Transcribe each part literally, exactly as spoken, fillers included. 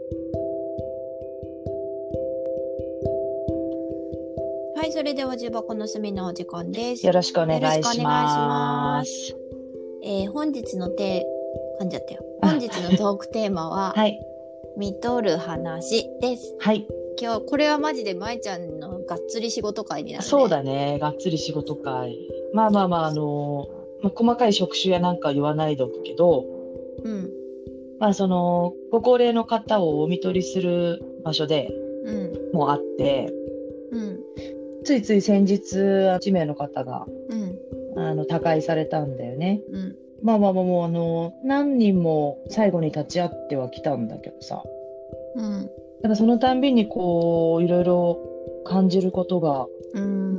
はい、それでは重箱の隅のお時間です。 よろしくお願いします。 よろしくお願いします。えー、本日のテー噛んじゃったよ。本日のトークテーマは、 はい、 見とる話です。 はい。 今日これはマジでまいちゃんのがっつり仕事会になるね。 そうだね。がっつり仕事会。まあまあまあ、あの、まあ、細かい職種やなんか言わないでおくけど、 うん、 まあその、ご高齢の方をお見取りする場所でうん、 もあって、 うん、 ついつい先日、いち名の方が、 うん、 あの、他界されたんだよね。 うん、 まあまあまあ、もうあの、何人も最後に立ち会ってはきたんだけどさ。 うん、 だからそのたんびにこう、いろいろ感じることが、 うん、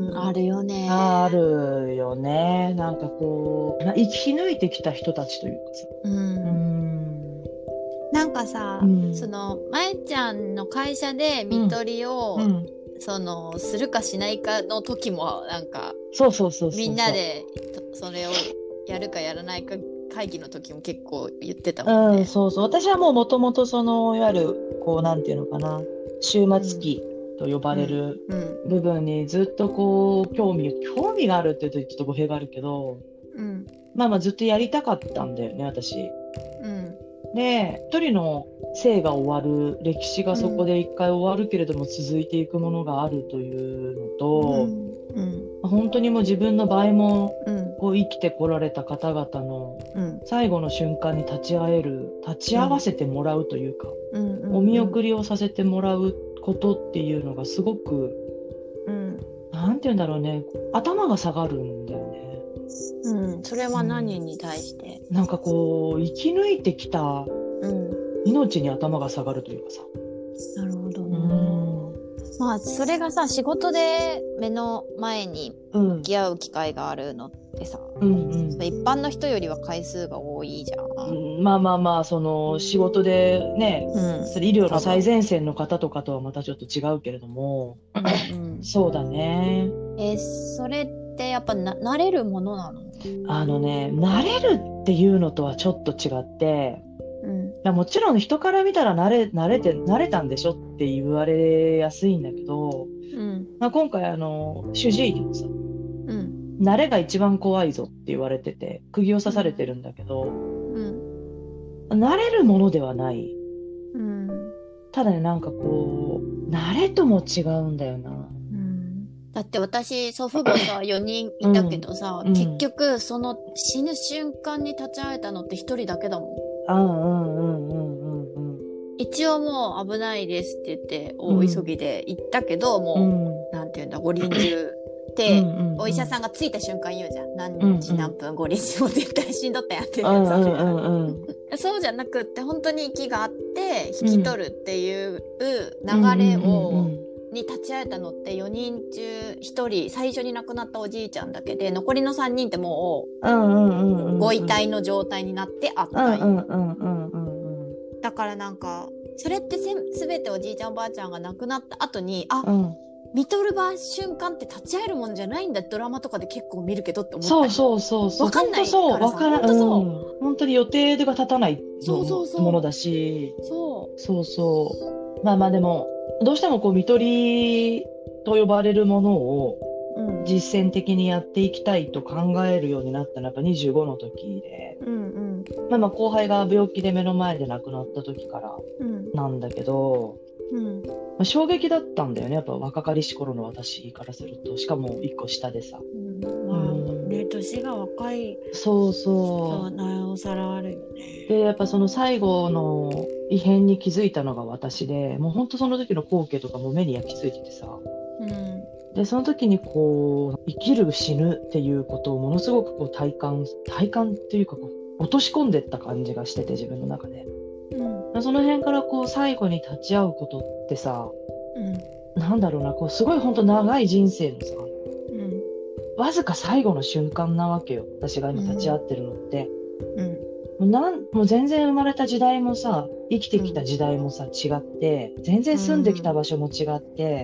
あるよね。 あるよね。なんかこう、まあ生き抜いてきた人たちというかさ。 うん。 うーん。 なんかさ、 うんそのまいちゃんの会社で見取りを、 うん。 そのするかしないかの時もなんかそうそうそうそうそう。 みんなでそれをやるかやらないか会議の時も結構言ってたもんね。 うん、そうそう。私はもうもともとその、いわゆる、こう、なんていうのかな、終末期と呼ばれるうん部分にずっとこう、興味、興味があるって言うとちょっと語弊があるけど、 うんまあまあずっとやりたかったんだよね、私。 うんで、一人の生が終わる、歴史がそこで一回終わるけれども続いていくものがあるというのと、 うん本当にもう自分の場合もうんこう生きてこられた方々のうん最後の瞬間に立ち会える、立ち会わせてもらうというか、 うんお見送りをさせてもらうことっていうのがすごく、 うんなんて言うんだろうね、頭が下がるんだよね。 うん。それは何に対して？ なんかこう、生き抜いてきたうん命に頭が下がるというかさ。 なるほどうね。 ん。 まあそれがさ仕事で目の前にうん向き合う機会があるのってさ、 うんうん。 一般の人よりは回数が多いじゃん。 うんまあまあまあ、その仕事でね、 うんそれ医療の最前線の方とかとはまたちょっと違うけれども、 うんそうだね。 えーそれってやっぱな慣れるものなの？ あのね、慣れるっていうのとはちょっと違って、 うんいやもちろん人から見たら慣れ、慣れて、慣れたんでしょって言われやすいんだけど、 うんまあ、今回あの、主治医にもさ、 うん慣れが一番怖いぞって言われてて、釘を刺されてるんだけど、 うん慣れるものではない。 うんただね、なんかこう、慣れとも違うんだよな。 うんだって私祖父母さよにんいたけどさ、 うん結局その死ぬ瞬間に立ち会えたのってひとりだけだもん。 うんうんうんうんうんうん。 一応もう危ないですって言ってうん大急ぎで行ったけど、もう、 うんなんていうんだ、ご臨終ってうんうんうんお医者さんが着いた瞬間言うじゃん。何時うんうん何分ご臨終も絶対死んどったやんっていううんうやつあるやん。 んうんうんそうじゃなくって本当に息があって引き取るっていう流れをに立ち会えたのってよにん中ひとり、最初に亡くなったおじいちゃんだけで、残りのさんにんってもうご遺体の状態になってあったんよ。だからなんかそれってすべておじいちゃんおばあちゃんが亡くなった後に、あ、 うん見とる場瞬間って立ち会えるもんじゃないんだ、ドラマとかで結構見るけどって思ったそうそうそうそう。 わかんないからさ、 わからん。 本当そう、 うん本当に予定が立たないそうそうそうものだし、 そそうそう。まあまあでも、どうしてもこう、看取りと呼ばれるものをう、うん、 実践的にやっていきたいと考えるようになったのはやっぱにじゅうごの時で、 うんうんまあまあ後輩が病気で目の前で亡くなった時からうんなんだけど、 うんまあ、衝撃だったんだよね。やっぱ若かりし頃の私からすると。しかも一個下でさ。 うん、まあね、年が若いそう人はそう。 なおさらあるよね。 で、やっぱその最後の異変に気づいたのが私で、もう本当その時の光景とかも目に焼き付いててさ。 うんで、その時にこう、生きる死ぬっていうことをものすごくこう体感、体感っていうかこう、落とし込んでった感じがしてて、自分の中で。 うんその辺からこう、最後に立ち会うことってさ、 うんなんだろうな、こう、すごい本当長い人生のさ、 うんわずか最後の瞬間なわけよ。私が今立ち会ってるのって。 うんもうなんもう全然生まれた時代もさ、生きてきた時代もさ、違って、全然住んできた場所も違って、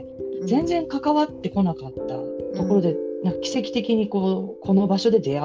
全然関わってこなかったところで、なんか奇跡的にこう、この場所で出会う。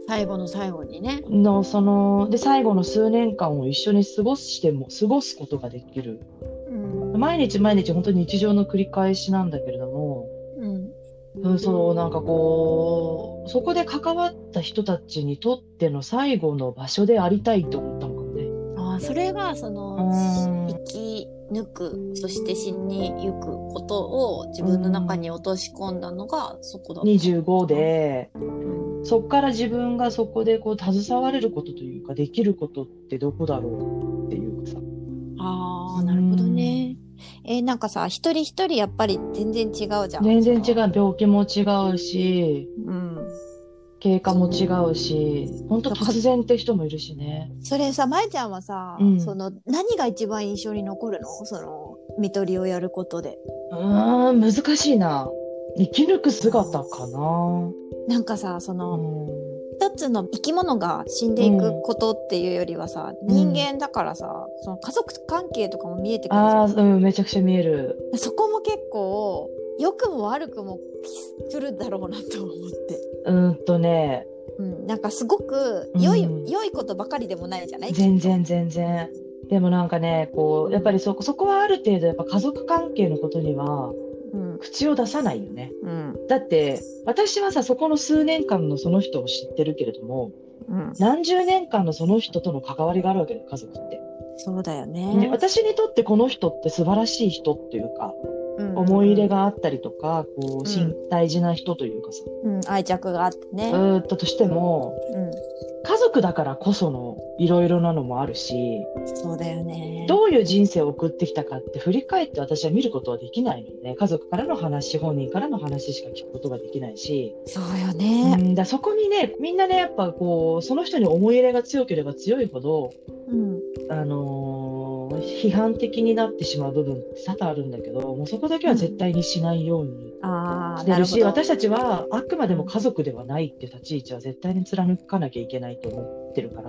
最後の最後にね。 のそので最後の数年間を一緒に過ごしても過ごすことができる、うん、毎日毎日本当に日常の繰り返しなんだけれども、うんうん、そうなんかこうそこで関わった人たちにとっての最後の場所でありたいと思ったのかもね。 ああ、それがその生き抜く、そして死にゆくことを自分の中に落とし込んだのがそこだった。 にじゅうごで、うん、そこから自分がそこでこう携われることというかできることってどこだろうっていうかさ。 ああ、なるほどね。えー、なんかさ、一人一人やっぱり全然違うじゃん。 全然違う。病気も違うし、うん、経過も違うし、本当突然って人もいるしね。 それさ、まえちゃんはさ、うん、その何が一番印象に残るの？その看取りをやることで。 うーん、難しいな。生き抜く姿かな。 なんかさ、その、うん一つの生き物が死んでいくことっていうよりはさ、うん、人間だからさ、その家族関係とかも見えてくるじゃん。 あー、うん、めちゃくちゃ見える。 そこも結構良くも悪くもするだろうなと思って。 うんとね、 うん、なんかすごく良い、うん、良いことばかりでもないじゃない？ 全然全然。でもなんかね、こうやっぱりそこそこはある程度やっぱ家族関係のことには。うん、口を出さないよね、うん、だって私はさそこの数年間のその人を知ってるけれども、うん、何十年間のその人との関わりがあるわけだよ家族って。 そうだよね。 私にとってこの人って素晴らしい人っていうか、うん、思い入れがあったりとかこう、うん、大事な人というかさ、 うん、愛着があってねうーっととしても、うん、家族だからこそのいろいろなのもあるし、 そうだよね。 どういう人生を送ってきたかって振り返って私は見ることはできないので、家族からの話、本人からの話しか聞くことができないし。 そうよね。 うんだそこにね、みんなねやっぱこうその人に思い入れが強ければ強いほど、うん、あのー、批判的になってしまう部分って多々あるんだけど、もうそこだけは絶対にしないようにしてるし、うん、私たちはあくまでも家族ではないっていう立ち位置は絶対に貫かなきゃいけないと思ってるから。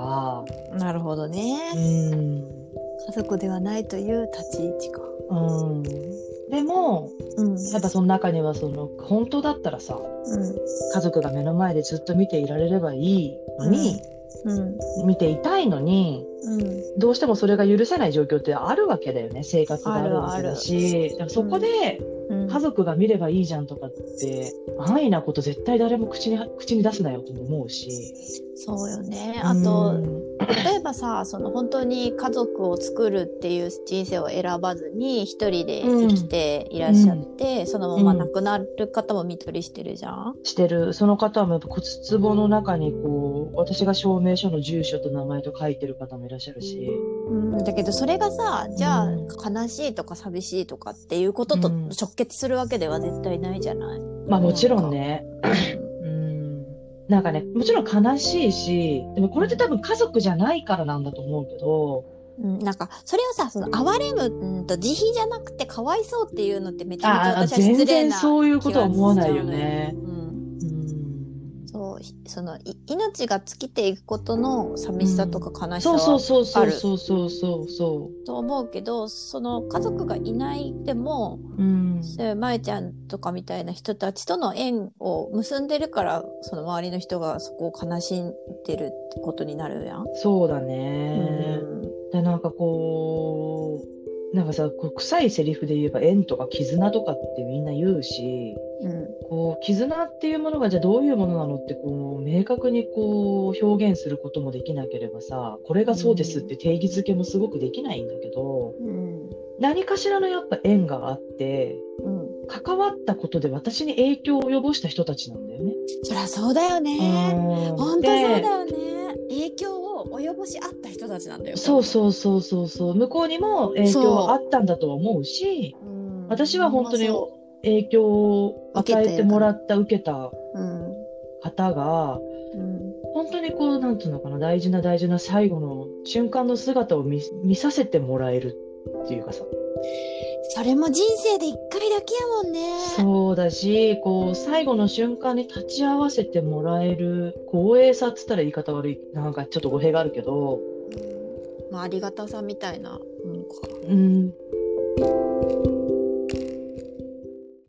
なるほどね。うん家族ではないという立ち位置か。 うん、でも、うん、やっぱその中にはその本当だったらさ、うん、家族が目の前でずっと見ていられればいいのに、うんうん、見ていたいのに、うん、どうしてもそれが許せない状況ってあるわけだよね。生活があるわけだし、だからそこで、うん、家族が見ればいいじゃんとかって安易なこと絶対誰も口に口に出すなよとも思うし。 そうよね。あと、うん、例えばさ、その本当に家族を作るっていう人生を選ばずに一人で生きていらっしゃって、うん、そのまま亡くなる方も看取りしてるじゃん、 うん、してる。その方もやっぱ骨壺の中にこう私が証明書の住所と名前と書いてる方もいらっしゃるし、 うん、だけどそれがさ、じゃあ、うん、悲しいとか寂しいとかっていうことと直結するわけでは絶対ないじゃない。 まあもちろんねなんかね、もちろん悲しいし、でもこれって多分家族じゃないからなんだと思うけど、 うん、なんかそれをさ、その哀れむ、うんと慈悲じゃなくてかわいそうっていうのってめちゃめちゃ私は失礼な気がしちゃうのよ。全然そういうことは思わないよね。うんその命が尽きていくことの寂しさとか悲しさはある、うん、そうそうそうそうそうそうと思うけど、その家族がいないでも、うん、まえちゃんとかみたいな人たちとの縁を結んでるからその周りの人がそこを悲しんでるってことになるやん。 そうだね、うん、でなんかこうなんかさこう臭いセリフで言えば縁とか絆とかってみんな言うし、うん、こう絆っていうものがじゃあどういうものなのってこう明確にこう表現することもできなければさ、これがそうですって定義づけもすごくできないんだけど、うん、何かしらのやっぱ縁があって、うん、関わったことで私に影響を及ぼした人たちなんだよね。 そりゃそうだよね。本当そうだよね。影響を及ぼしあった人たちなんだよ。 そうそうそうそうそう。向こうにも影響はあったんだとは思うし、う私は本当に影響を与えてもらった、受けた方が、うん、本当にこう、なんていうのかな、大事な大事な最後の瞬間の姿を 見, 見させてもらえるっていうかさ。 それも人生で一回だけやもんね。 そうだし、こう、最後の瞬間に立ち会わせてもらえる光栄さって言ったら言い方悪い、なんかちょっと語弊があるけど、 うん、まあありがたさみたいなものか。 うん。